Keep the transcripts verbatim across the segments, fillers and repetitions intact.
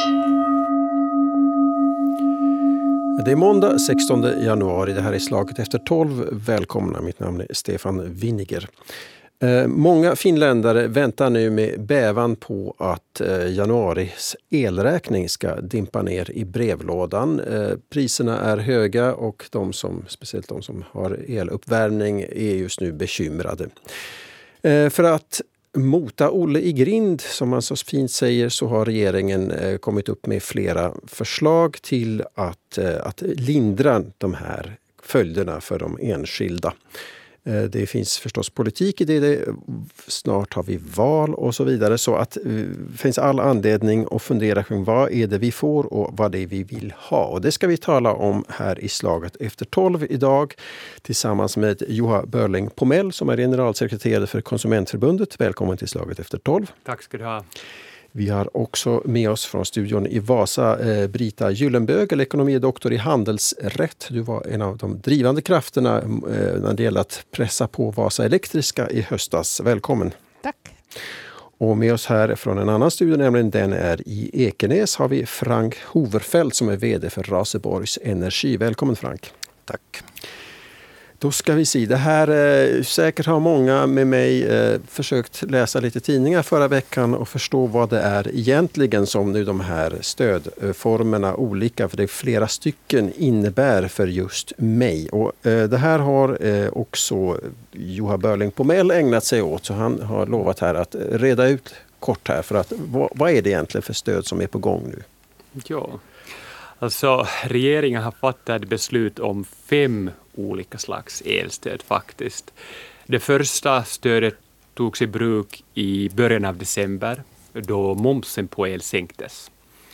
Det är måndag sextonde januari, det här är Slaget efter tolv. Välkomna, mitt namn är Stefan Winniger. Eh, många finländare väntar nu med bävan på att eh, januaris elräkning ska dimpa ner i brevlådan. Eh, priserna är höga och de som, speciellt de som har eluppvärmning är just nu bekymrade. Eh, för att mota Olle i grind, som man så fint säger, så har regeringen eh, kommit upp med flera förslag till att, eh, att lindra de här följderna för de enskilda. Eh, det finns förstås politik i det, det, snart har vi val och så vidare, så att det eh, finns all anledning att fundera kring vad är det vi får och vad det är vi vill ha. Och det ska vi tala om här i Slaget efter tolv idag tillsammans med Juha Börling Pomell som är generalsekreterare för Konsumentförbundet. Välkommen till Slaget efter tolv. Tack ska du ha. Vi har också med oss från studion i Vasa eh, Brita Gyllenbög, ekonomidoktor i handelsrätt. Du var en av de drivande krafterna eh, när det gäller att pressa på Vasa Elektriska i höstas. Välkommen. Tack. Och med oss här från en annan studio, nämligen den är i Ekenäs, har vi Frank Hoverfeldt som är vd för Raseborgs Energi. Välkommen Frank. Tack. Då ska vi se, det här eh, säkert har många med mig eh, försökt läsa lite tidningar förra veckan och förstå vad det är egentligen som nu de här stödformerna olika, för det är flera stycken, innebär för just mig. Och eh, det här har eh, också Juha Börling Pomell ägnat sig åt, så han har lovat här att reda ut kort här för att vad, vad är det egentligen för stöd som är på gång nu? Ja, alltså regeringen har fattat beslut om fem olika slags elstöd faktiskt. Det första stödet togs i bruk i början av december då momsen på el sänktes.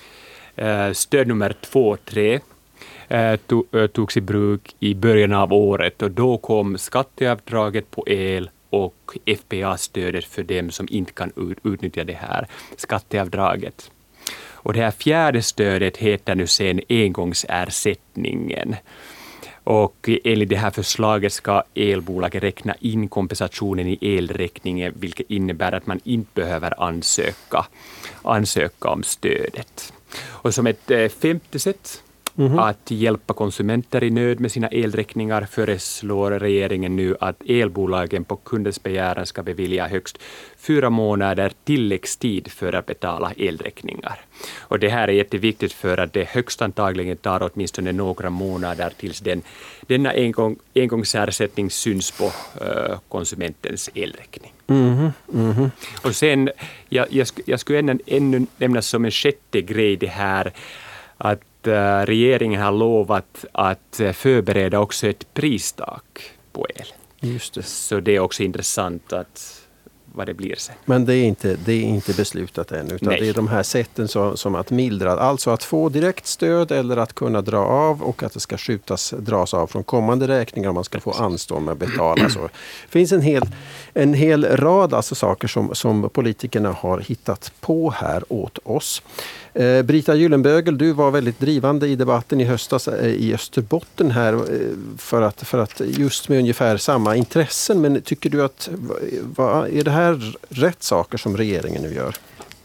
Stöd nummer två och tre togs i bruk i början av året och då kom skatteavdraget på el och F P A-stödet för dem som inte kan utnyttja det här skatteavdraget. Och det här fjärde stödet heter nu sen engångsersättningen. Och enligt det här förslaget ska elbolaget räkna in kompensationen i elräkningen, vilket innebär att man inte behöver ansöka, ansöka om stödet. Och som ett femte sätt mm-hmm. att hjälpa konsumenter i nöd med sina elräkningar föreslår regeringen nu att elbolagen på kundens begäran ska bevilja högst fyra månader tilläggstid för att betala elräkningar. Och det här är jätteviktigt för att det högst antagligen tar åtminstone några månader tills den, denna engång, engångsersättning syns på uh, konsumentens elräkning. Mm-hmm. Mm-hmm. Och sen, jag, jag, jag skulle ännu, ännu nämna som en sjätte grej det här att uh, regeringen har lovat att uh, förbereda också ett pristak på el. Just det. Så det är också intressant att vad det blir sen. Men det är inte, det är inte beslutat än, utan Nej. det är de här sätten som, som att mildra, alltså att få direkt stöd eller att kunna dra av och att det ska skjutas, dras av från kommande räkningar om man ska få anstånd med att betala. Så det finns en hel, en hel rad alltså saker som, som politikerna har hittat på här åt oss. Eh, Brita Gyllenbögel, du var väldigt drivande i debatten i höstas eh, i Österbotten här eh, för, att, för att just med ungefär samma intressen, men tycker du att va, är det här rätt saker som regeringen nu gör?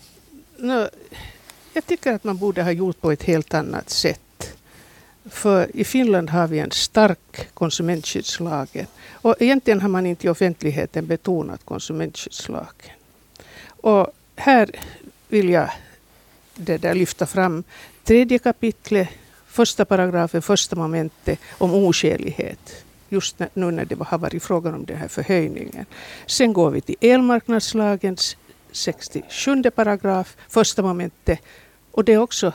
No, jag tycker att man borde ha gjort på ett helt annat sätt. För i Finland har vi en stark konsumentskyddslag och egentligen har man inte i offentligheten betonat konsumentskyddslagen. Och här vill jag det där lyfta fram tredje kapitlet, första paragrafen, första momentet om oskälighet. Just nu när det har varit frågan om den här förhöjningen. Sen går vi till elmarknadslagens sextiosjunde paragraf, första momentet. Och det är också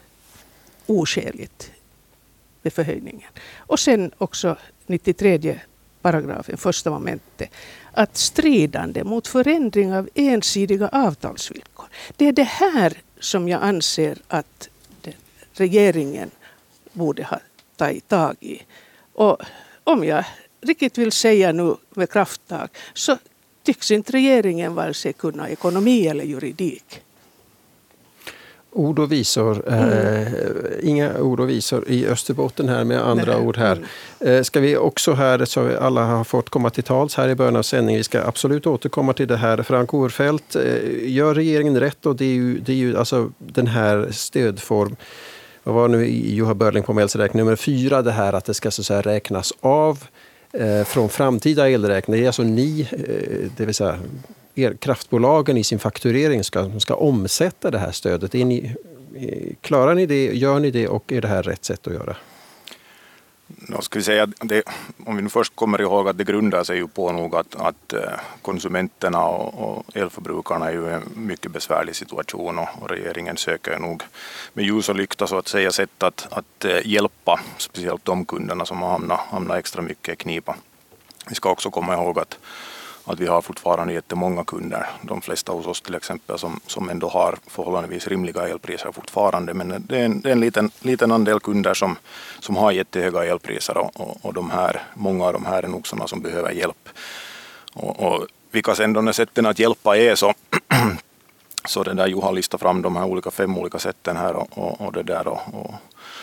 oskäligt med förhöjningen. Och sen också nittiotredje paragrafen, första momentet. Att stridande mot förändring av ensidiga avtalsvillkor. Det är det här som jag anser att regeringen borde ha tagit tag i. Och om jag riktigt vill säga nu med krafttag så tycks inte regeringen vare sig kunna ekonomi eller juridik. ord och visor. Mm. Eh, inga ord och visor i Österbotten här med andra Nej. ord här. Mm. Eh, ska vi också här, så alla har fått komma till tals här i början av sändningen. Vi ska absolut återkomma till det här. Frank Overfeldt, eh, gör regeringen rätt? Och det är ju, det är ju alltså den här stödform. Vad var nu Johan Börling på mälsräkning nummer fyra, det här att det ska så att säga räknas av eh, från framtida elräkningar. Det är alltså ni, eh, det vill säga er, kraftbolagen i sin fakturering ska, ska omsätta det här stödet. Är ni, klarar ni det, gör ni det och är det här rätt sätt att göra? Nå ska vi säga det, om vi nu först kommer ihåg att det grundar sig ju på nog att, att konsumenterna och, och elförbrukarna är ju en mycket besvärlig situation och, och regeringen söker nog med ljus och lykta så att säga sätt att, att hjälpa speciellt de kunderna som har hamnat, hamnat extra mycket i knipa. Vi ska också komma ihåg att att vi har fortfarande jättemånga kunder, de flesta hos oss till exempel, som, som ändå har förhållandevis rimliga elpriser fortfarande. Men det är en, det är en liten, liten andel kunder som, som har jättehöga elpriser och, och, och de här, många av de här är nog sådana som behöver hjälp. Och, och vilka sen de sätten att hjälpa är så, så det där Johan listar fram de här olika fem olika sätten här och, och, och det där och, och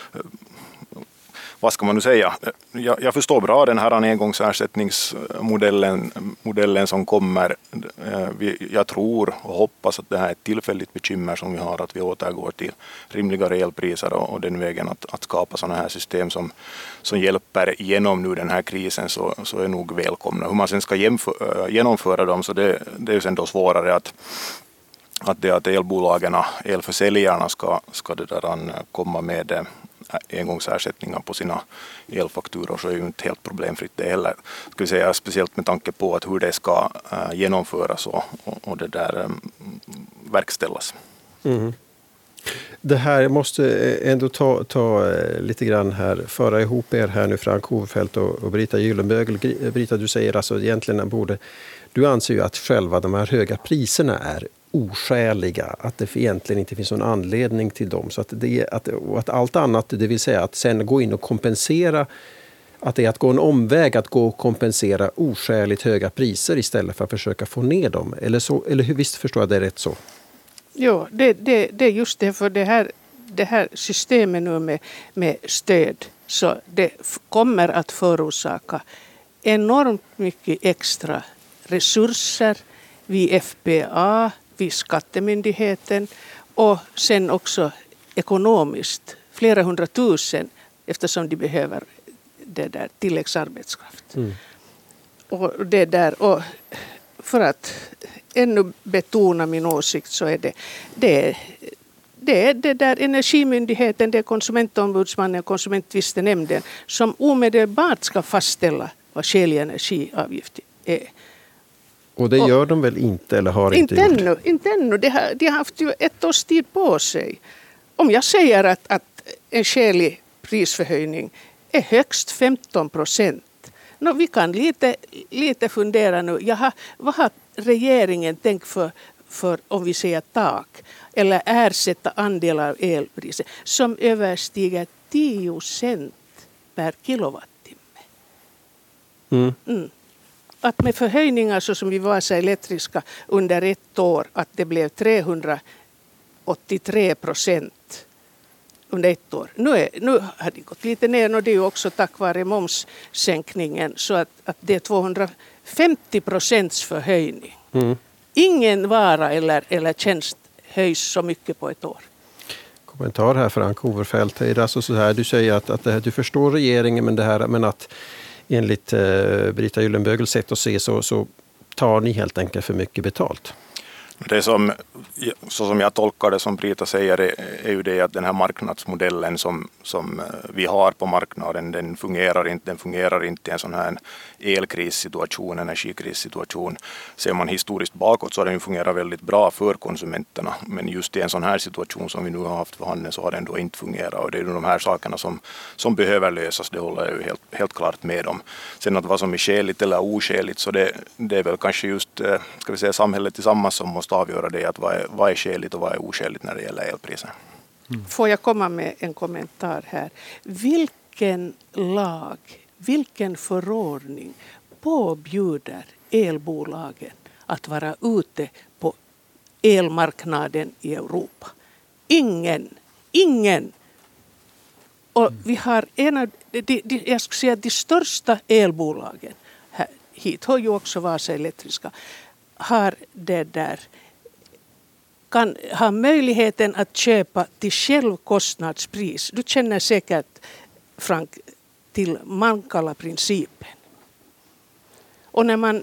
vad ska man nu säga? Jag, jag förstår bra den här engångsersättningsmodellen modellen som kommer. Jag tror och hoppas att det här är ett tillfälligt bekymmer som vi har, att vi återgår till rimligare elpriser och, och den vägen att, att skapa sådana här system som, som hjälper genom nu den här krisen så, så är nog välkomna. Hur man sen ska jämföra, genomföra dem så det, det är ju sen då svårare att att det att elbolagen, elförsäljarna ska, ska det där komma med engångsersättningar på sina elfakturor så är ju inte helt problemfritt det heller. Ska vi säga, speciellt med tanke på att hur det ska äh, genomföras och, och, och det där ähm, verkställas. Mm. Det här måste ändå ta, ta lite grann här, föra ihop er här nu, Frank Overfeldt och, och Brita Gyllenbögel. Brita, du säger alltså egentligen borde, du anser ju att själva de här höga priserna är oskäliga, att det egentligen inte finns någon anledning till dem. Så att det, att, och att allt annat, det vill säga att sen gå in och kompensera, att det är att gå en omväg att gå och kompensera oskäligt höga priser istället för att försöka få ner dem. Eller, så, eller hur, visst förstår jag det rätt så? Jo, det, det, det är just det, för det här, det här systemet nu med, med stöd, så det f- kommer att förorsaka enormt mycket extra resurser vid F P A, vid skattemyndigheten och sen också ekonomiskt flera hundratusen eftersom de behöver det där tilläggsarbetskraft. Mm. Och det där, och för att ännu betona min åsikt så är det det, det är det där Energimyndigheten, det är Konsumentombudsmannen, Konsumenttvistenämnden som omedelbart ska fastställa vad skälig energiavgift är. Och det gör de väl inte eller har inte, inte gjort? Ännu, inte ännu. De har, de har haft ju ett års tid på sig. Om jag säger att, att en skälig prisförhöjning är högst femton procent. No, vi kan lite, lite fundera nu. Jaha, vad har regeringen tänkt för, för om vi säger tak eller ersätta andelar av elpriset som överstiger tio cent per kilowattimme? Mm. Mm. Att med förhöjningar så som vi var så elektriska under ett år att det blev trehundraåttiotre procent under ett år. Nu, är, nu har det gått lite ner och det är ju också tack vare momssänkningen så att, att det är tvåhundrafemtio procents förhöjning. Mm. Ingen vara eller, eller tjänst höjs så mycket på ett år. Kommentar här Frank Overfeldt. Är det alltså så här, du säger att, att det här, du förstår regeringen men, det här, men att enligt eh, Brita Gyllenbögels sätt att se så, så tar ni helt enkelt för mycket betalt. Det som, så som jag tolkar det som Brita säger är, är ju det att den här marknadsmodellen som, som vi har på marknaden, den fungerar inte, den fungerar inte i en sån här elkrissituation, energikrissituation. Ser man historiskt bakåt så har den fungerat väldigt bra för konsumenterna, men just i en sån här situation som vi nu har haft för handen så har den då inte fungerat och det är de här sakerna som, som behöver lösas, det håller jag ju helt, helt klart med om. Sen att vad som är skäligt eller oskäligt så det, det är väl kanske just ska vi säga, samhället tillsammans som måste avgöra det, att vad är, vad är skäligt och vad är oskäligt när det gäller elpriser. Mm. Får jag komma med en kommentar här? Vilken lag, vilken förordning påbjuder elbolagen att vara ute på elmarknaden i Europa? Ingen. Ingen. Och vi har en av de, de, jag skulle säga, de största elbolagen här, hit har ju också Vasa Elektriska, har det där, kan ha möjligheten att köpa till självkostnadspris. Du känner säkert, Frank, till Mankala-principen. Och när man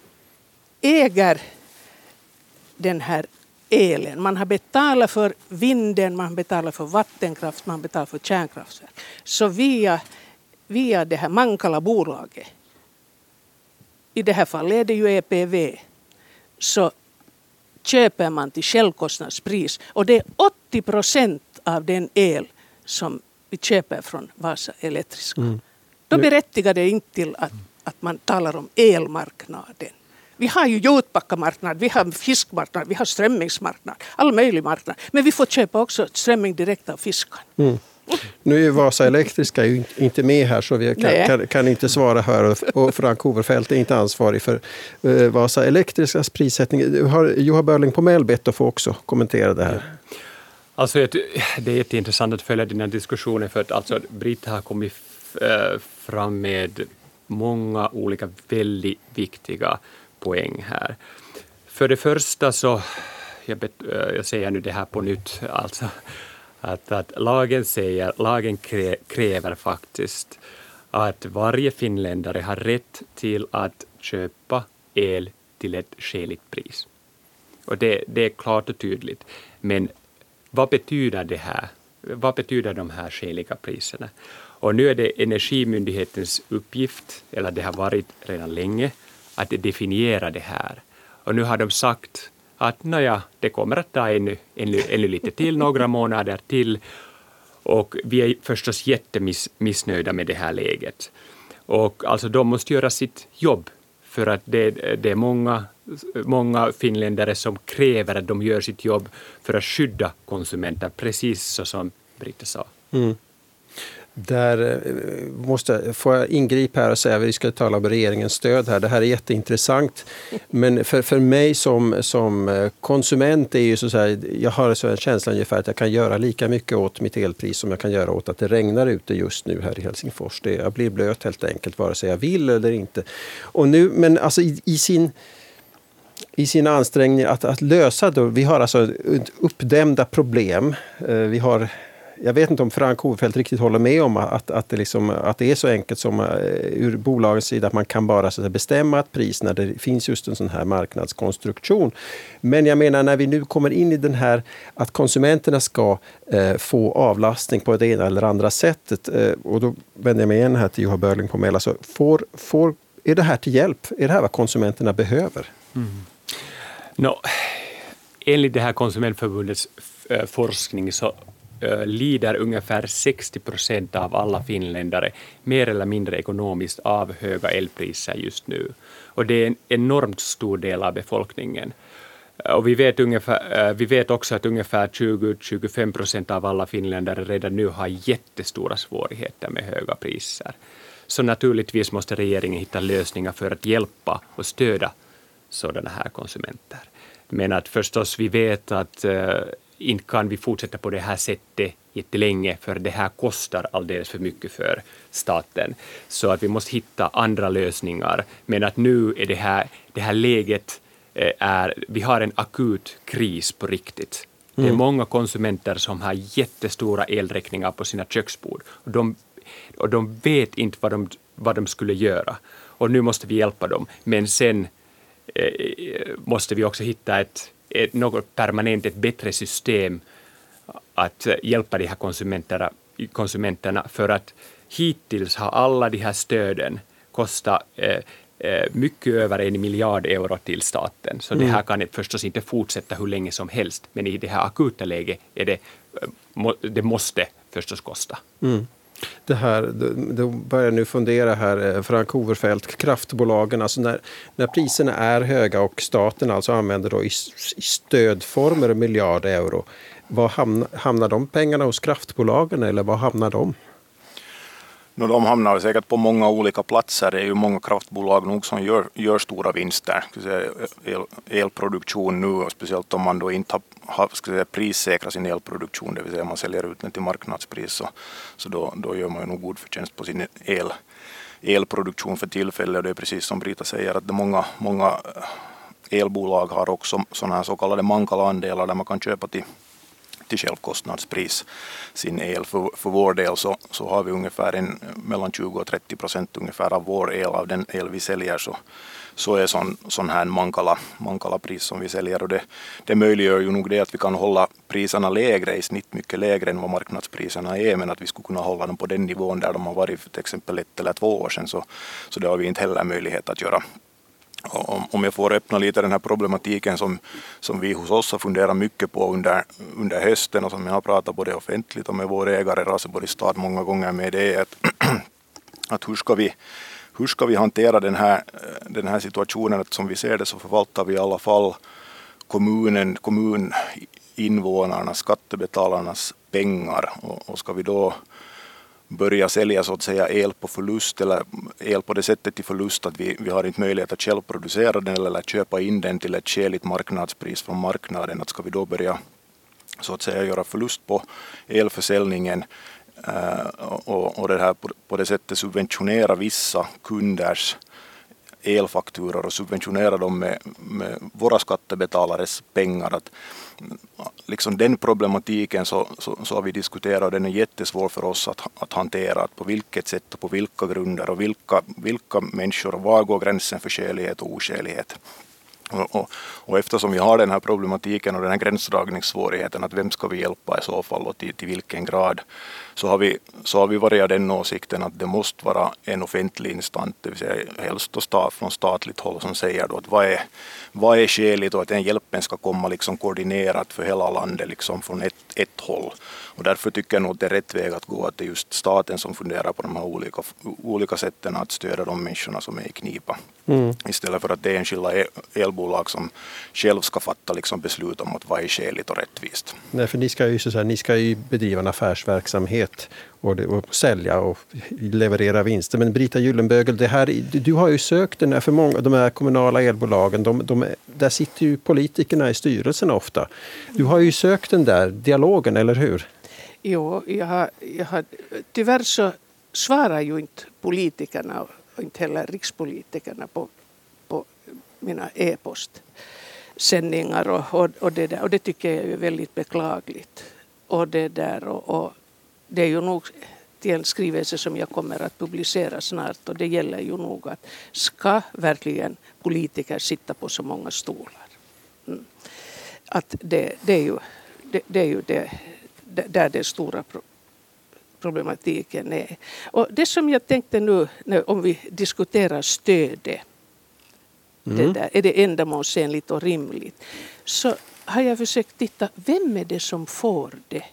äger den här elen, man har betalat för vinden, man betalar för vattenkraft, man betalar för kärnkraftverk. Så via, via det här Mankala-bolaget, i det här fallet är det ju E P V, så köper man till självkostnadspris. Och det är åttio procent av den el som vi köper från Vasa Elektriska. Mm. Då berättigar det inte till att, att man talar om elmarknaden. Vi har ju Jotbackamarknad, vi har fiskmarknad, vi har strömmingsmarknad, all möjlig marknad. Men vi får köpa också strömming direkt av fiskarna. Mm. Nu är ju Vasa Elektriska ju inte med här, så vi kan, kan, kan inte svara här, och, och Frank Overfeldt är inte ansvarig för uh, Vasa Elektriskas prissättning. Har Johan Börling på Mel bett att få också kommentera det här? Alltså, det är jätteintressant att följa den här diskussionen, för att alltså, Britta har kommit f- fram med många olika väldigt viktiga poäng här. För det första så, jag, bet, jag säger nu det här på nytt, alltså att, att lagen, säger, lagen krä, kräver faktiskt att varje finländare har rätt till att köpa el till ett skäligt pris. Och det, det är klart och tydligt. Men vad betyder det här? Vad betyder de här skäliga priserna? Och nu är det Energimyndighetens uppgift, eller det har varit redan länge, att definiera det här. Och nu har de sagt att naja, det kommer att ta ännu, ännu, ännu lite till, några månader till. Och vi är förstås jättemissnöjda med det här läget. Och alltså de måste göra sitt jobb, för att det, det är många, många finländare som kräver att de gör sitt jobb för att skydda konsumenter, precis så som Britta sa. Mm. Där måste, får jag ingripa här och säga att vi ska tala om regeringens stöd här. Det här är jätteintressant. Men för, för mig som, som konsument är ju så här, jag har så en känsla ungefär att jag kan göra lika mycket åt mitt elpris som jag kan göra åt att det regnar ute just nu här i Helsingfors. Det, jag blir blöt helt enkelt, vare sig jag vill eller inte. Och nu, men alltså i, i sin... i sina ansträngningar att, att lösa det. Vi har alltså uppdämda problem. Vi har, jag vet inte om Frank Overfeldt riktigt håller med om att, att, det, liksom, att det är så enkelt som ur bolagens sida att man kan bara så att bestämma ett pris när det finns just en sån här marknadskonstruktion. Men jag menar, när vi nu kommer in i den här att konsumenterna ska eh, få avlastning på det ena eller andra sättet, eh, och då vänder jag mig igen här till Johan Börling på Mel. Alltså, får, får, är det här till hjälp? Är det här vad konsumenterna behöver? Mm. No, enligt det här Konsumentförbundets äh, forskning så äh, lider ungefär sextio procent av alla finländare mer eller mindre ekonomiskt av höga elpriser just nu. Och det är en enormt stor del av befolkningen. Och vi vet, ungefär, äh, vi vet också att ungefär tjugo till tjugofem procent av alla finländare redan nu har jättestora svårigheter med höga priser. Så naturligtvis måste regeringen hitta lösningar för att hjälpa och stödja sådana här konsumenter. Men att förstås vi vet att uh, inte kan vi fortsätta på det här sättet jättelänge, för det här kostar alldeles för mycket för staten. Så att vi måste hitta andra lösningar. Men att nu är det här, det här läget, uh, är, vi har en akut kris på riktigt. Mm. Det är många konsumenter som har jättestora elräkningar på sina köksbord. Och de, och de vet inte vad de, vad de skulle göra. Och nu måste vi hjälpa dem. Men sen måste vi också hitta ett, ett något permanent, ett bättre system att hjälpa de här konsumenterna, konsumenterna för att hittills har alla de här stöden kostat eh, mycket över en miljard euro till staten. Så mm. det här kan förstås inte fortsätta hur länge som helst, men i det här akuta läget är det, det måste förstås kosta. Mm. Det här, då börjar jag nu fundera här, Frank Overfeldt, kraftbolagen, alltså när, när priserna är höga och staten alltså använder då i, i stödformer miljard euro, vad hamnar, hamnar de pengarna hos kraftbolagen eller vad hamnar de? No, de hamnar säkert på många olika platser. Det är ju många kraftbolag nog som gör, gör stora vinster. El, elproduktion nu, speciellt om man då inte har, har ska säga, prissäkra sin elproduktion, det vill säga man säljer ut den till marknadspris, så, så då, då gör man ju nog god förtjänst på sin el, elproduktion för tillfället. Det är precis som Brita säger, att det många, många elbolag har också sådana här så kallade Mankala-andelar där man kan köpa till till självkostnadspris sin el. För, för vår del så, så har vi ungefär en, mellan tjugo och trettio procent ungefär av vår el, av den el vi säljer, så, så är sån, sån här Mankala, Mankala-pris som vi säljer, och det, det möjliggör ju nog det att vi kan hålla priserna lägre, i snitt mycket lägre än vad marknadspriserna är, men att vi skulle kunna hålla dem på den nivån där de har varit för till exempel ett eller två år sedan, så, så det har vi inte heller möjlighet att göra. Om jag får öppna lite den här problematiken som, som vi hos oss har funderat mycket på under, under hösten, och som jag har pratat både offentligt och med vår ägare Raseborgs stad många gånger med, det är att, att hur, ska vi, hur ska vi hantera den här, den här situationen, att som vi ser det så förvaltar vi i alla fall kommunen, kommuninvånarnas, skattebetalarnas pengar, och, och ska vi då börja sälja så att säga el på förlust, eller el på det sättet till förlust att vi, vi har inte möjlighet att själv producera den eller köpa in den till ett skäligt marknadspris från marknaden, att ska vi då börja så att säga göra förlust på elförsäljningen uh, och, och det här på, på det sättet subventionera vissa kunders elfakturor och subventionera dem med, med våra skattebetalares pengar. Att, liksom den problematiken så, så, så har vi diskuterat, och den är jättesvår för oss att, att hantera. Att på vilket sätt och på vilka grunder och vilka, vilka människor, och var går gränsen för skälighet och oskälighet. Och, och, och eftersom vi har den här problematiken och den här gränsdragningssvårigheten, att vem ska vi hjälpa i så fall och till, till vilken grad, så har vi, så har vi varit av den åsikten att det måste vara en offentlig instans, det vill säga helst och stat, från statligt håll, som säger då att vad är, vad är skäligt, och att den hjälpen ska komma liksom koordinerat för hela landet liksom från ett, ett håll. Och därför tycker jag nog att det är rätt väg att gå, att det är just staten som funderar på de här olika, olika sätten att stödja de människorna som är i knipa. Mm. Istället för att det är enskilda elbolag som själv ska fatta liksom beslut om att vad är skäligt och rättvist. Nej, för ni ska ju, så här, ni ska ju bedriva en affärsverksamhet och, det, och sälja och leverera vinster. Men Brita Gyllenbögel, det här, du har ju sökt den här, för många de här kommunala elbolagen, de, de, där sitter ju politikerna i styrelsen ofta. Du har ju sökt den där dialogen, eller hur? Jo, jag har, jag har, tyvärr så svarar ju inte politikerna och inte heller rikspolitikerna på, på mina e-postsändningar och, och, och, det där, och det tycker jag är väldigt beklagligt. Och det där och, och det är ju nog till en skrivelse som jag kommer att publicera snart, och det gäller ju nog att ska verkligen politiker sitta på så många stolar. Mm. Att det, det är ju det, det är ju det där det stora problematiken är. Och det som jag tänkte nu, om vi diskuterar stödet, mm. det där, är det ändamålsenligt och rimligt, så har jag försökt titta, vem är det som får det?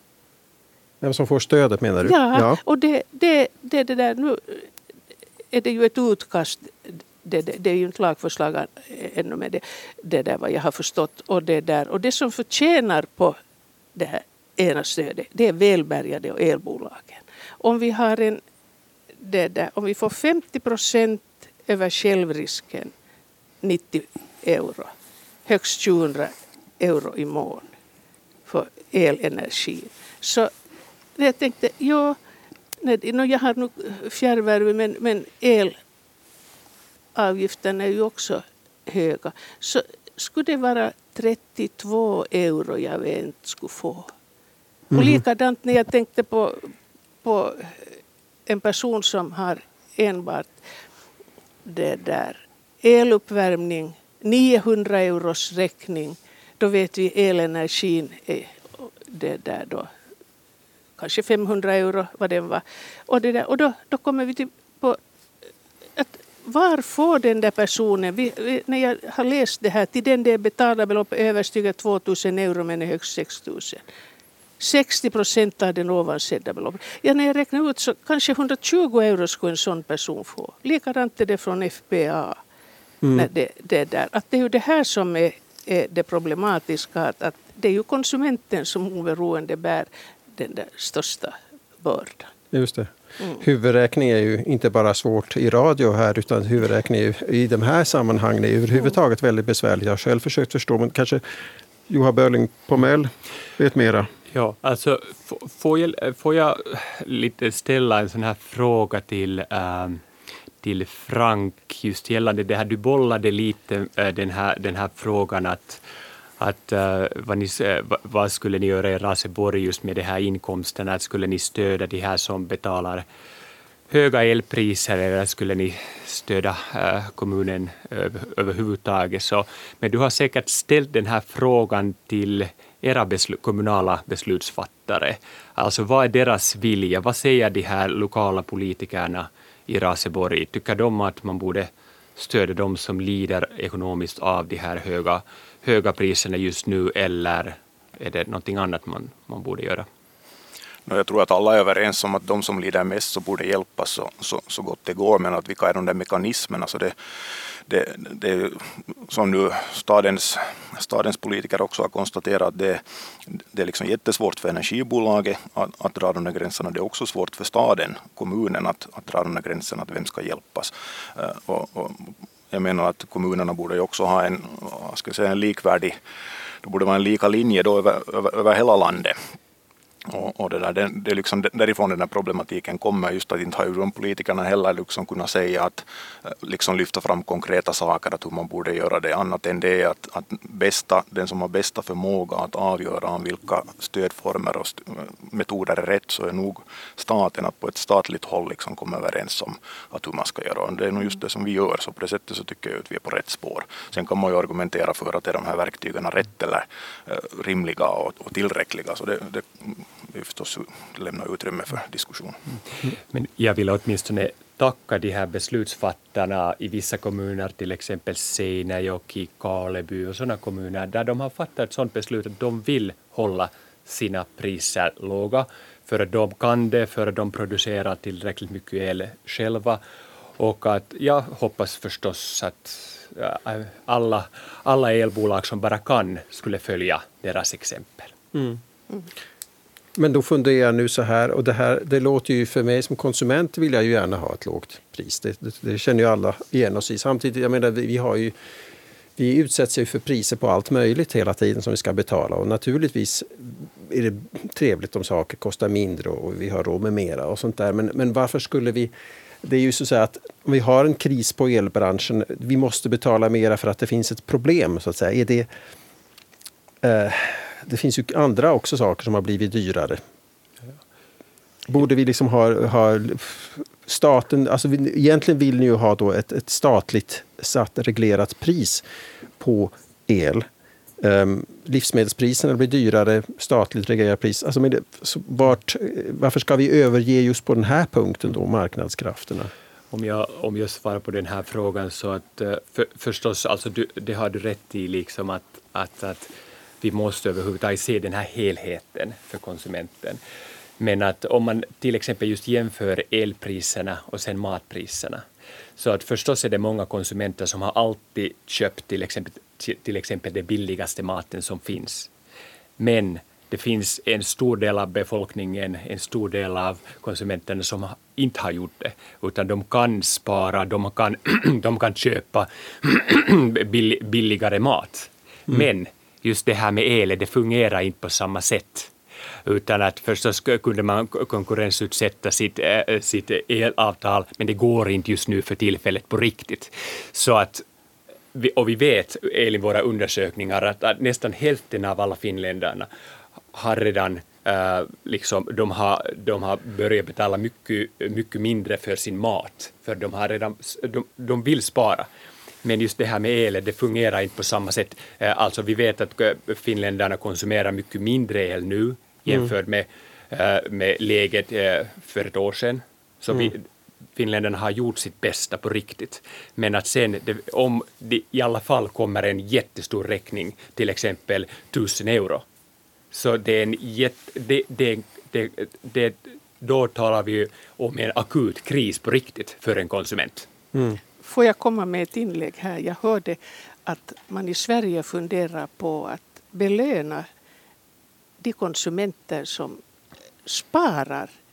Vem som får stödet, menar du? Ja, ja. och det, det, det, det där, nu är det ju ett utkast, det, det, det är ju inte lagförslag ännu med det, det där vad jag har förstått, och det där, och det som förtjänar på det här ena stödet, det är välbärgade och elbolagen. Om vi har en, det där, om vi får femtio procent över självrisken, nittio euro, högst tjugohundra euro i mån för elenergi. Så jag tänkte, ja, nej, jag har nog fjärrvärme, men, men elavgiften är ju också höga. Så skulle det vara trettiotvå euro jag vet skulle få. Mm. Och likadant när jag tänkte på, på en person som har enbart det där eluppvärmning, niohundra euros räkning, då vet vi elenergin är det där då kanske femhundra euro vad den var. Och, det där, och då, då kommer vi till på att var får den där personen, vi, vi, när jag har läst det här, till den det betalar belopp överstiger tvåtusen euro men är högst sex tusen. sextio procent av den ovansedda beloppet. Ja, när jag räknar ut så kanske hundratjugo euro skulle en sån person få. Likadant är det från F P A. Mm. När det, det, där. Att det är ju det här som är, är det problematiska. Att, att det är ju konsumenten som oberoende bär den där största bördan. Just det. Mm. Huvudräkning är ju inte bara svårt i radio här, utan huvudräkning är ju, i de här sammanhangen är överhuvudtaget väldigt besvärligt. Jag har själv försökt förstå, men kanske Juha Börling på Mell vet mera. Ja, alltså får jag, får jag lite ställa en sån här fråga till, äh, till Frank just gällande det här. Du bollade lite äh, den, här, den här frågan att, att äh, vad, ni, äh, vad skulle ni göra i Raseborg just med de här inkomsterna? Skulle ni stödja de här som betalar höga elpriser eller skulle ni stödja äh, kommunen över, överhuvudtaget? Så, men du har säkert ställt den här frågan till era beslu- kommunala beslutsfattare. Alltså vad är deras vilja? Vad säger de här lokala politikerna i Raseborg? Tycker de att man borde stödja de som lider ekonomiskt av de här höga, höga priserna just nu, eller är det någonting annat man, man borde göra? Jag tror att alla är överens om att de som lider mest så borde hjälpas så, så, så gott det går, men att vilka är de där mekanismerna? Så det, det, det, som nu stadens, stadens politiker också har konstaterat, det, det är liksom jättesvårt för energibolaget att, att dra de där gränserna. Det är också svårt för staden, kommunen att, att dra de där gränserna, att vem ska hjälpas. Och, och jag menar att kommunerna borde ju också ha en, ska jag säga, en likvärdig, det borde vara en lika linje då över, över, över hela landet. Och, och det, där, det, det är liksom därifrån den här problematiken kommer, just att inte har ju de politikerna heller liksom kunna säga att liksom lyfta fram konkreta saker, att hur man borde göra det, annat än det att, att bästa, den som har bästa förmåga att avgöra om vilka stödformer och st- metoder är rätt, så är nog staten att på ett statligt håll liksom komma överens om att hur man ska göra. Och det är nog just det som vi gör, så på det sättet så tycker jag att vi är på rätt spår. Sen kan man ju argumentera för att är de här verktygen rätt eller eh, rimliga och, och tillräckliga, så det, det vi förstås lämna utrymme för diskussion. Mm. Men jag vill åtminstone tacka de här beslutsfattarna i vissa kommuner, till exempel Seinäjoki, Karleby och sådana kommuner, där de har fattat ett sådant beslut att de vill hålla sina priser låga, för att de kan det, för att de producerar tillräckligt mycket el själva. Och att jag hoppas förstås att alla, alla elbolag som bara kan skulle följa deras exempel. Mm. Mm. Men då funderar jag nu så här, och det här, det låter ju för mig som konsument vill jag ju gärna ha ett lågt pris. Det, det, det känner ju alla igen oss i. Samtidigt, jag menar, vi, vi har ju, vi utsätts ju för priser på allt möjligt hela tiden som vi ska betala, och naturligtvis är det trevligt om saker kostar mindre och vi har råd med mera och sånt där. Men, men varför skulle vi, det är ju så att om vi har en kris på elbranschen, vi måste betala mera för att det finns ett problem, så att säga. Är det... Eh, Det finns ju andra också saker som har blivit dyrare. Borde vi liksom ha, ha staten, alltså vi, egentligen vill ni ju ha då ett, ett statligt satt reglerat pris på el. Um, livsmedelspriserna blir dyrare, statligt reglerat pris. Alltså, men det, så vart, varför ska vi överge just på den här punkten då marknadskrafterna? Om jag, om jag svarar på den här frågan så att för, förstås, alltså du, det har du rätt i liksom att, att, att vi måste överhuvudtaget se den här helheten för konsumenten. Men att om man till exempel just jämför elpriserna och sen matpriserna, så att förstås är det många konsumenter som har alltid köpt till exempel, till exempel det billigaste maten som finns. Men det finns en stor del av befolkningen, en stor del av konsumenterna som inte har gjort det, utan de kan spara, de kan, de kan köpa billigare mat. Mm. Men just det här med el, det fungerar inte på samma sätt. Utan att förstås kunde man konkurrensutsätta sitt, äh, sitt elavtal, men det går inte just nu för tillfället på riktigt. Så att, och vi vet enligt våra undersökningar att, att nästan hälften av alla finländarna har redan äh, liksom, de har, de har börjat betala mycket, mycket mindre för sin mat. För de, har redan, de, de vill spara. Men just det här med el, det fungerar inte på samma sätt. Alltså vi vet att finländarna konsumerar mycket mindre el nu jämfört med, mm. med läget för ett år sedan. Så mm. vi, finländarna har gjort sitt bästa på riktigt. Men att sen, det, om det i alla fall kommer en jättestor räkning, till exempel tusen euro, så det är en jätte, det, det, det, det, då talar vi om en akut kris på riktigt för en konsument. Mm. Får jag komma med ett inlägg här? Jag hörde att man i Sverige funderar på att belöna de konsumenter som sparar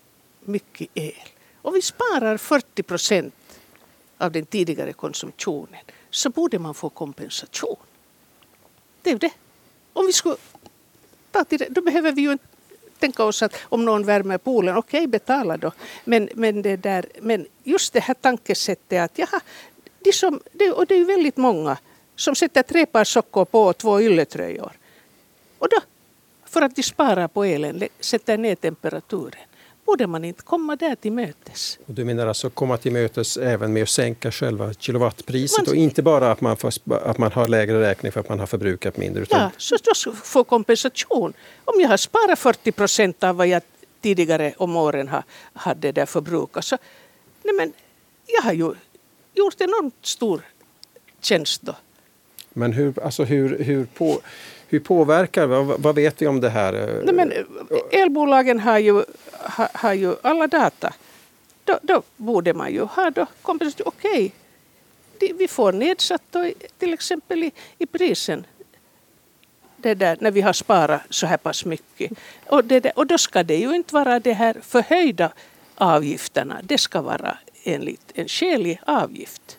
mycket el och vi sparar fyrtio procent av den tidigare konsumtionen, så borde man få kompensation. Det är ju det. Om vi skulle ta till det, då behöver vi ju inte tänka oss att om någon värmer poolen, okej, okay, betala då. Men, men, det där, men just det här tankesättet att jaha, de som, det, och det är ju väldigt många som sätter tre par sockor på och två ylletröjor. Och då, för att de sparar på elen, sätter ner temperaturen. Borde man inte komma där till mötes? Och du menar alltså komma till mötes även med att sänka själva kilowattpriset man, och inte bara att man, får, att man har lägre räkning för att man har förbrukat mindre? Utan... Ja, så då får kompensation. Om jag har sparat fyrtio procent av vad jag tidigare om åren har, hade där förbrukat, så nej men, jag har ju gjort enormt stor tjänst då. Men hur, alltså hur, hur, på, hur påverkar, vad, vad vet vi om det här? Nej, men elbolagen har ju, har, har ju alla data. Då, då borde man ju ha då kompensation. Okej, okay. Vi får nedsatt då, till exempel i, i prisen. Det där, när vi har sparat så här pass mycket. Och, det där, och då ska det ju inte vara det här förhöjda avgifterna. Det ska vara enligt en skälig avgift.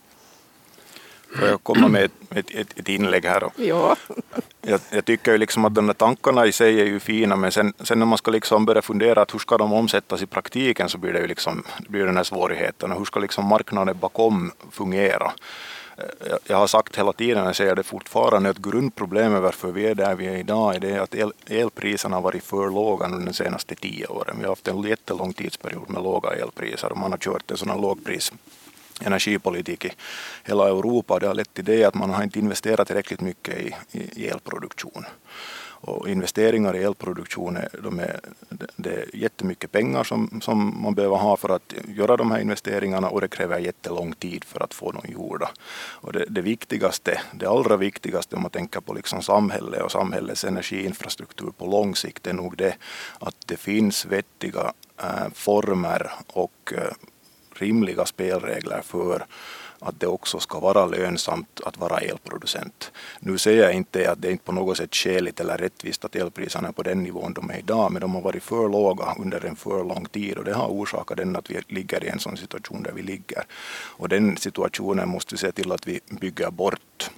Får jag komma med ett, ett, ett, ett inlägg här då? Ja. Jag, jag tycker ju liksom att de där tankarna i sig är ju fina, men sen, sen när man ska liksom börja fundera att hur ska de omsättas i praktiken, så blir det ju liksom, det blir den här svårigheten. Hur ska liksom marknaden bakom fungera? Jag, jag har sagt hela tiden, jag säger det fortfarande, att grundproblemet varför vi är där vi är idag är det att el, elpriserna har varit för låga under de senaste tio åren. Vi har haft en jättelång tidsperiod med låga elpriser och man har kört en sån här lågpris energipolitik i hela Europa. Det har lett till det att man har inte investerat tillräckligt mycket i, i elproduktion. Och investeringar i elproduktion är, de är, det är jättemycket pengar som, som man behöver ha för att göra de här investeringarna, och det kräver jättelång tid för att få dem gjorda. Och det, det viktigaste, det allra viktigaste om man tänker på liksom samhälle och samhällets energiinfrastruktur på lång sikt är nog det att det finns vettiga äh, former och äh, rimliga spelregler för att det också ska vara lönsamt att vara elproducent. Nu säger jag inte att det är inte på något sätt skäligt eller rättvist att elpriserna är på den nivån de är idag, men de har varit för låga under en för lång tid, och det har orsakat den att vi ligger i en sån situation där vi ligger. Och den situationen måste vi se till att vi bygger bort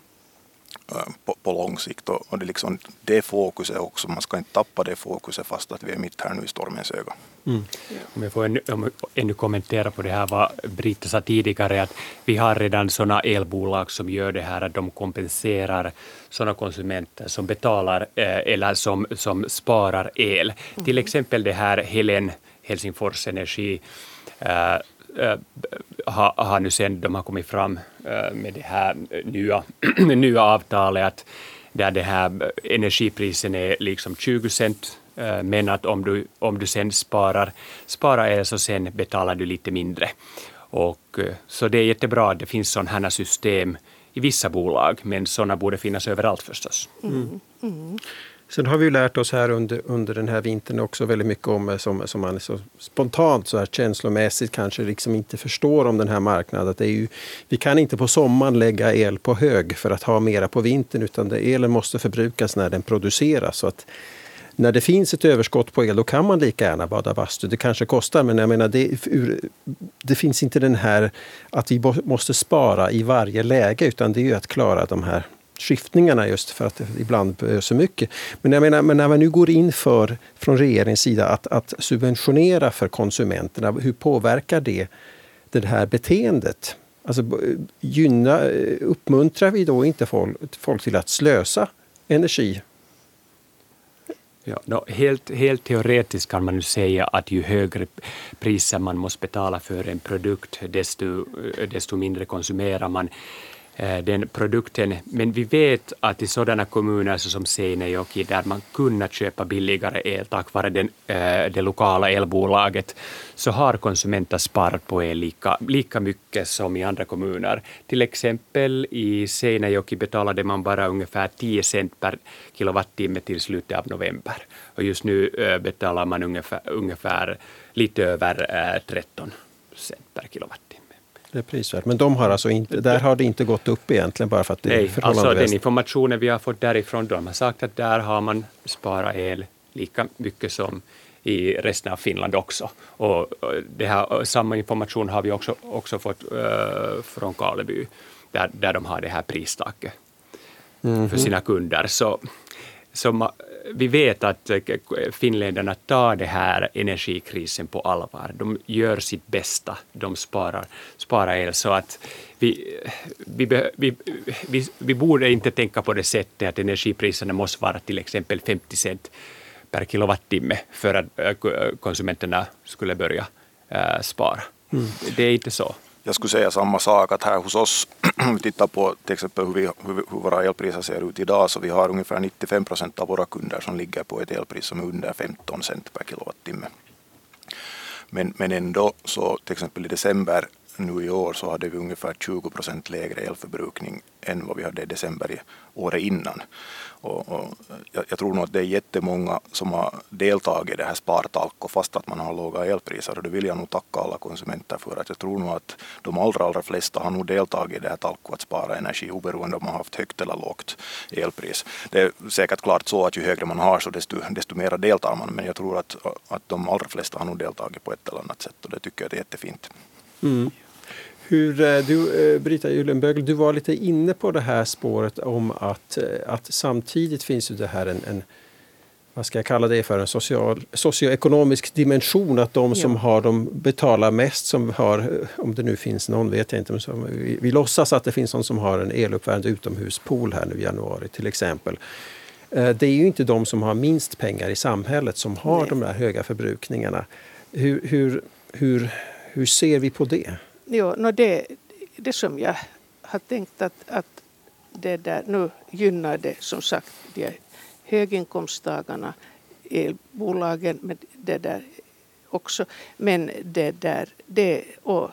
På, på lång sikt, och, och det, liksom, det fokuset också, man ska inte tappa det fokuset fast att vi är mitt här nu i stormens öga. Mm. Om jag får ännu, ännu kommentera på det här vad Britta sa tidigare, att vi har redan sådana elbolag som gör det här att de kompenserar sådana konsumenter som betalar eh, eller som, som sparar el. Mm. Till exempel det här Helen, Helsingfors Energi, eh, Uh, har, har nu sen de har kommit fram uh, med det här nya, nya avtalet att där det här energiprisen är liksom tjugo cent, uh, men att om du, om du sen sparar, sparar el så sen betalar du lite mindre. Och, uh, så det är jättebra att det finns sådana här system i vissa bolag, men sådana borde finnas överallt förstås. Mm. Mm. Sen har vi ju lärt oss här under, under den här vintern också väldigt mycket om som, som man så spontant så här känslomässigt kanske liksom inte förstår om den här marknaden. Att det är ju, vi kan inte på sommaren lägga el på hög för att ha mera på vintern, utan det, elen måste förbrukas när den produceras. Så att när det finns ett överskott på el, då kan man lika gärna bada bastu. Det kanske kostar, men jag menar det, det finns inte den här att vi måste spara i varje läge, utan det är ju att klara de här skiftningarna just för att det ibland behövs så mycket. Men jag menar, men när man nu går in för från regeringens sida att, att subventionera för konsumenterna, hur påverkar det det här beteendet? Alltså gynna, uppmuntrar vi då inte folk, folk till att slösa energi? Ja, no, helt, helt teoretiskt kan man nu säga att ju högre priser man måste betala för en produkt, desto, desto mindre konsumerar man den produkten. Men vi vet att i sådana kommuner som Seinäjoki, där man kunnat köpa billigare el tack vare den, det lokala elbolaget, så har konsumenter sparat på el lika, lika mycket som i andra kommuner. Till exempel i Seinäjoki betalade man bara ungefär tio cent per kilowattimme till slutet av november. Och just nu betalar man ungefär, ungefär lite över tretton cent per kilowattimme. Det är prisvärt. Men de har alltså inte, där har det inte gått upp egentligen bara för att det Nej, är förhållandevis. alltså den informationen vi har fått därifrån, de har sagt att där har man sparat el lika mycket som i resten av Finland också. Och det här, samma information har vi också, också fått uh, från Karleby, där, där de har det här pristaket mm-hmm. för sina kunder. Så, så ma, vi vet att finländarna tar det här energikrisen på allvar. De gör sitt bästa, de sparar, sparar el. Så att vi, vi, vi, vi, vi borde inte tänka på det sättet att energipriserna måste vara till exempel femtio cent per kilowattimme för att konsumenterna skulle börja äh, spara. Mm. Det är inte så. Jag skulle säga samma sak, att här hos oss, om vi tittar på till exempel hur, vi, hur, hur våra elpriser ser ut idag, så vi har ungefär nittiofem procent av våra kunder som ligger på ett elpris som är under femton cent per kilowattimme. Men, men ändå så till exempel i december nu i år så hade vi ungefär tjugo procent lägre elförbrukning än vad vi hade i december i året innan. Och, och jag, jag tror nog att det är jättemånga som har deltagit i det här spartalko fast att man har låga elpriser, och det vill jag nog tacka alla konsumenter för. Att jag tror nog att de allra, allra flesta har nog deltagit i det här talko att spara energi oberoende om man har haft högt eller lågt elpris. Det är säkert klart så att ju högre man har så desto, desto mer deltar man, men jag tror att, att de allra flesta har nog deltagit på ett eller annat sätt, och det tycker jag är jättefint. Mm. Hur, du, Brita Gyllenbögel, du var lite inne på det här spåret om att, att samtidigt finns ju det här en, en vad ska jag kalla det för, en social, socioekonomisk dimension, att de som ja. har de betalar mest, som har, om det nu finns någon vet jag inte, men som, vi, vi låtsas att det finns någon som har en eluppvärmd utomhuspool här nu i januari till exempel. Det är ju inte de som har minst pengar i samhället som har Nej. de här höga förbrukningarna. Hur, hur, hur, hur ser vi på det? Jo, no det, det som jag har tänkt att, att det där nu gynnar det som sagt de höginkomsttagarna, elbolagen med det där också, men det där det och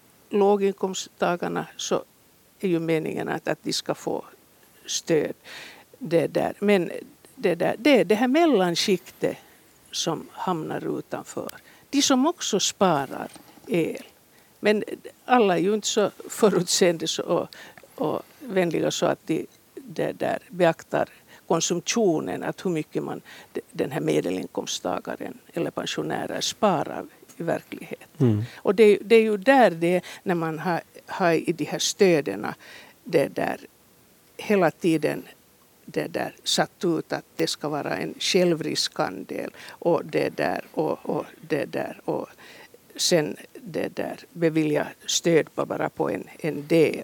låginkomsttagarna så är ju meningen att, att de ska få stöd det där, men det där det, det här mellanskiktet som hamnar utanför, de som också sparar el. Men alla är ju inte så förutseende och, och vänliga så att de, de där beaktar konsumtionen, att hur mycket man, den här medelinkomsttagaren eller pensionärer sparar i verkligheten. Mm. Och det, det är ju där det, när man har, har i de här stöderna det där hela tiden det där satt ut att det ska vara en självriskandel och det där och, och det där och sen det där bevilja stöd på bara på en, en del.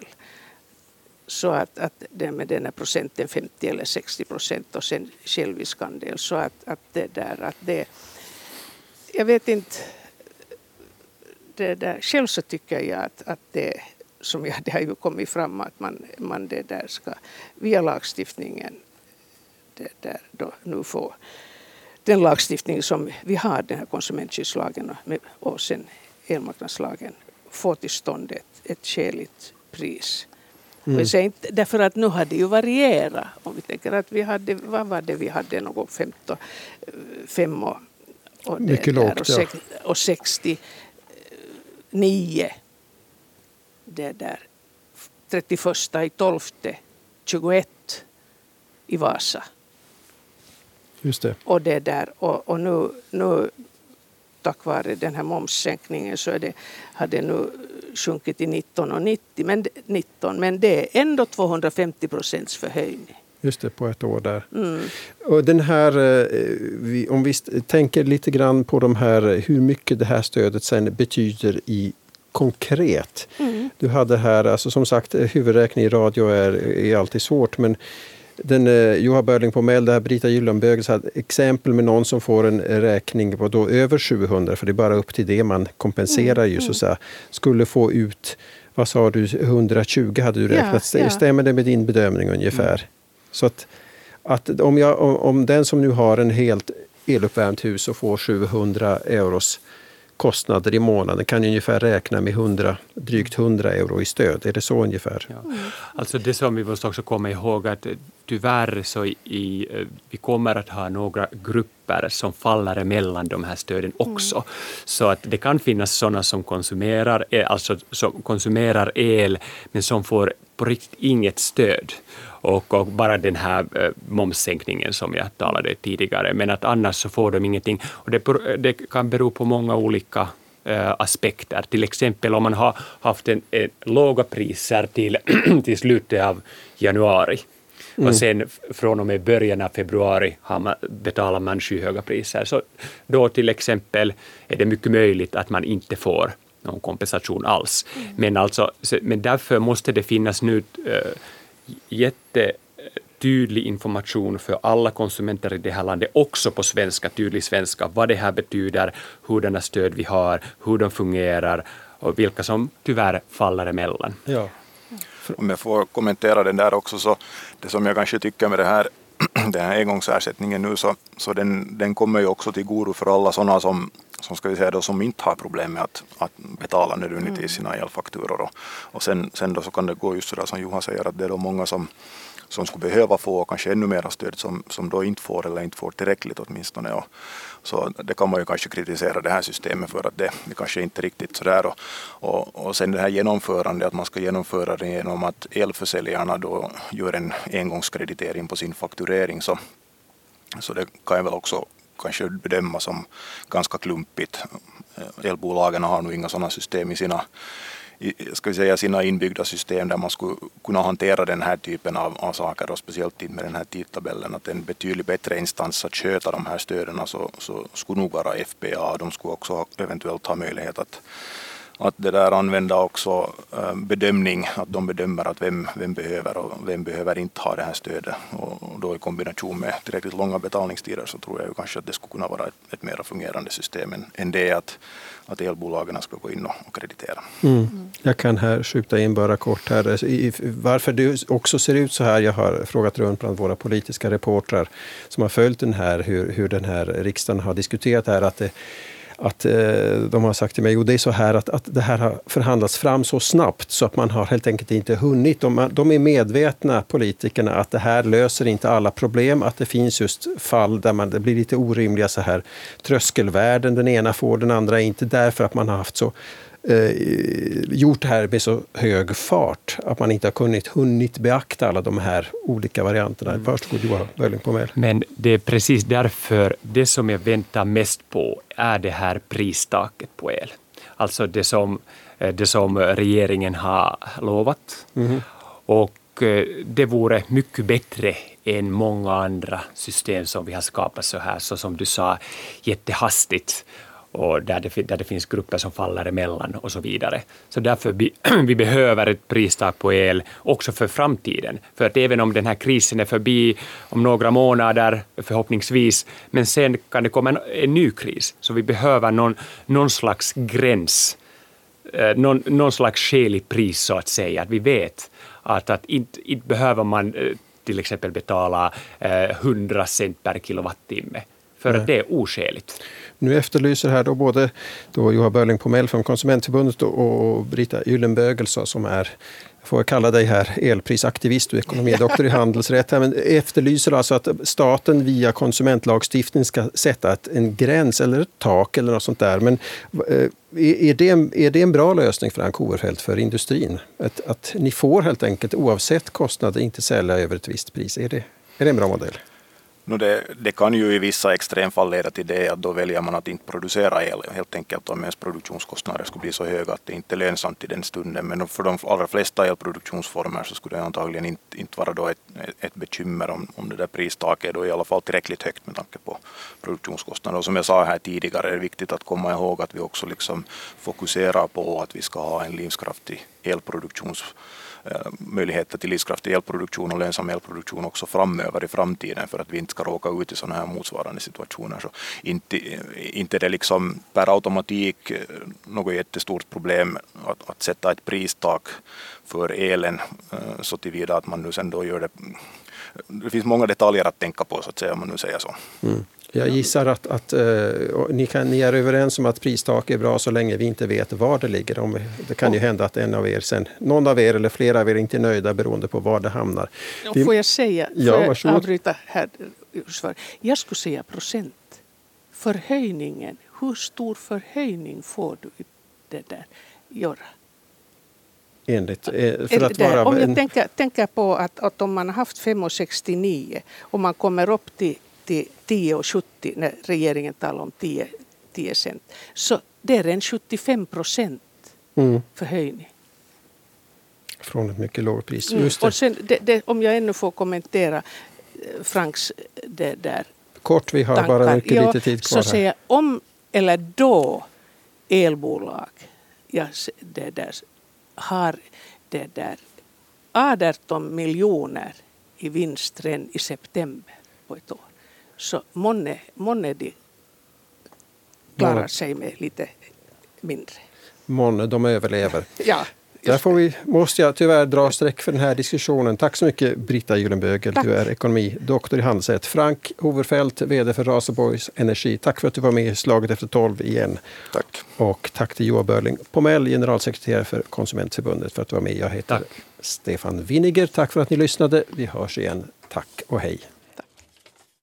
Så att, att det med den här procenten femtio eller sextio procent och sen självriskandel. Så att, att det där att det, jag vet inte, det där, själv så tycker jag att, att det som jag, det har ju kommit fram att man, man det där ska via lagstiftningen det där då nu få den lagstiftning som vi har, den här konsumentskyddslagen och, och sen elmarknadslagen, få till stånd ett, ett skäligt pris. Mm. Men inte, därför att nu hade det ju varierat. Om vi tänker att vi hade, vad var det vi hade, något femton, fem och, och, mycket där, lågt, och, sex, ja. och sextionio det där trettioförsta i tolfte tjugoett i Vasa. Just det. Och det där och, och nu, nu tack vare den här momssänkningen så är det, hade nu sjunkit till nitton och nittio, men nitton, men det är ändå tvåhundrafemtio procents förhöjning. Just det, på ett år där. Mm. Och den här, om vi tänker lite grann på de här, hur mycket det här stödet sen betyder i konkret. Mm. Du hade här, alltså som sagt, huvudräkning i radio är, är alltid svårt, men den eh, Johan Börling på Meld, det här Brita Gyllenbögel hade exempel med någon som får en räkning på då över sjuhundra, för det är bara upp till det man kompenserar mm. ju, så, så här, skulle få ut, vad sa du, etthundratjugo hade du räknat. Ja, ja. Stämmer det med din bedömning ungefär? Mm. Så att, att om, jag, om, om den som nu har en helt eluppvärmt hus och får sjuhundra euros kostnader i månaden kan ju ungefär räkna med hundra, drygt hundra euro i stöd. Är det så ungefär? Ja. Alltså det som vi måste också komma ihåg att tyvärr så i, vi kommer att ha några grupper som faller emellan de här stöden också. Mm. Så att det kan finnas sådana som konsumerar, alltså som konsumerar el men som får på riktigt inget stöd. och, och bara den här eh, momssänkningen som jag talade tidigare, men att annars så får de ingenting. Och det, det kan bero på många olika eh, aspekter. Till exempel om man har haft en, en låga priser till, till slutet av januari. Mm. Och sen från och med början av februari har man, betalar man skyhöga priser. Så då till exempel är det mycket möjligt att man inte får någon kompensation alls. Mm. Men, alltså, men därför måste det finnas nu äh, jättetydlig information för alla konsumenter i det här landet, också på svenska, tydlig svenska, vad det här betyder, hurdana stöd vi har, hur de fungerar och vilka som tyvärr faller emellan. Ja. Om jag får kommentera den där också, så det som jag kanske tycker med det här, den här engångsersättningen nu, så, så den, den kommer ju också till godo för alla sådana som, som ska vi säga då, som inte har problem med att, att betala nödvändigtvis sina elfakturor. Och, och sen, sen då så kan det gå just så där som Johan säger, att det är då många som, som skulle behöva få kanske ännu mer stöd som, som då inte får eller inte får tillräckligt åtminstone. Och, så det kan man ju kanske kritisera det här systemet för, att det, det kanske inte riktigt sådär. Och, och, och sen det här genomförandet, att man ska genomföra det genom att elförsäljarna då gör en engångskreditering på sin fakturering, så, så det kan jag väl också kanske bedöma som ganska klumpigt. Elbolagen har nog inga sådana system i sina I, ska vi säga, sina inbyggda system där man skulle kunna hantera den här typen av, av saker, och speciellt med den här tidtabellen, att en betydligt bättre instans att sköta de här stöden, så, så skulle nog vara F B A. De skulle också eventuellt ha möjlighet att, att det där använda också äh, bedömning, att de bedömer att vem, vem behöver och vem behöver inte ha det här stödet, och, och då i kombination med tillräckligt långa betalningstider så tror jag ju kanske att det skulle kunna vara ett, ett mer fungerande system än, än det att att elbolagen ska gå in och kreditera. Mm. Jag kan här skjuta in bara kort här. Varför det också ser ut så här, jag har frågat runt bland våra politiska reportrar som har följt den här, hur, hur den här riksdagen har diskuterat här, att det, att eh, de har sagt till mig, och det är så här att, att det här har förhandlats fram så snabbt så att man har helt enkelt inte hunnit. De, de är medvetna, politikerna, att det här löser inte alla problem, att det finns just fall där man, det blir lite orimliga så här tröskelvärden, den ena får, den andra inte, därför att man har haft så eh, gjort det här med så hög fart att man inte har kunnat hunnit beakta alla de här olika varianterna. Mm. Varsågod Johan Bölling på mig. Men det är precis därför det som jag väntar mest på är det här pristaket på el. Alltså det som, det som regeringen har lovat. Mm. Och det vore mycket bättre än många andra system som vi har skapat så här, så som du sa, jättehastigt. Och där det, där det finns grupper som faller emellan och så vidare. Så därför vi, vi behöver ett pristak på el också för framtiden. För att även om den här krisen är förbi om några månader förhoppningsvis, men sen kan det komma en, en ny kris. Så vi behöver någon, någon slags gräns, eh, någon, någon slags skälig pris så att säga. Att vi vet att, att inte, inte behöver man eh, till exempel betala eh, hundra cent per kilowattimme. För Nej. Att det är oskäligt. Nu efterlyser här då både då Johan Bölling på Mell från Konsumentförbundet och Britta Gyllenbögel som är, jag får kalla dig här, elprisaktivist och ekonomidoktor i handelsrätt. Men efterlyser alltså att staten via konsumentlagstiftning ska sätta ett, en gräns eller ett tak eller något sånt där. Men är det, är det en bra lösning för Ann Koerfeldt för industrin? Att, att ni får helt enkelt oavsett kostnader inte sälja över ett visst pris. Är det, är det en bra modell? No det, det kan ju i vissa extremfall leda till det att då väljer man att inte producera el helt enkelt om ens produktionskostnader skulle bli så höga att det inte är lönsamt i den stunden. Men för de allra flesta elproduktionsformer så skulle det antagligen inte, inte vara då ett, ett bekymmer om, om det där pristaket är då i alla fall tillräckligt högt med tanke på produktionskostnader. Och som jag sa här tidigare är det viktigt att komma ihåg att vi också liksom fokuserar på att vi ska ha en livskraftig elproduktions möjligheter till livskraftig elproduktion och lönsam elproduktion också framöver i framtiden, för att vi inte ska råka ut i sådana här motsvarande situationer. Så inte, inte det liksom per automatik något jättestort problem att, att sätta ett pristak för elen så tillvida att man nu sen då gör det. Det finns många detaljer att tänka på så att säga, om man nu säger så. Mm. Jag gissar att, att uh, ni, kan, ni är överens om att pristak är bra så länge vi inte vet var det ligger. Om, det kan ju hända att en av er sen, någon av er eller flera av er inte är nöjda beroende på var det hamnar. Vi, får jag säga, ja, får jag varsågod. avbryta här? Jag skulle säga procent. Förhöjningen, hur stor förhöjning får du i det där göra? enligt, för Är att det- vara om jag en, tänker, tänker på att, att om man har haft fem komma sextionio och man kommer upp till, till tio komma sjuttio när regeringen talar om tio, tio cent, så det är en sjuttiofem procent mm, förhöjning. från ett mycket lågt pris. Mm. Just det. Och sen, det, det, om jag ännu får kommentera eh, Franks det där Kort, vi har tankar. bara mycket Ja, lite tid så kvar här. säger jag, om eller då elbolag ja, s- det där, har det där arton miljoner i vinst redan i september på ett år, så månne, månne de klarar Månne. sig med lite mindre. Månne, de överlever. Ja, Där får vi, måste jag tyvärr dra streck för den här diskussionen. Tack så mycket Britta Gyllenbögel. Tack. Du är ekonomidoktor i handelsrätt. Frank Overfeldt, vd för Raseborgs Energi. Tack för att du var med i Slaget efter tolv igen. Tack. Och tack till Joa Börling Pomell, generalsekreterare för Konsumentförbundet, för att du var med. Jag heter Tack. Stefan Winiger. Tack för att ni lyssnade. Vi hörs igen. Tack och hej.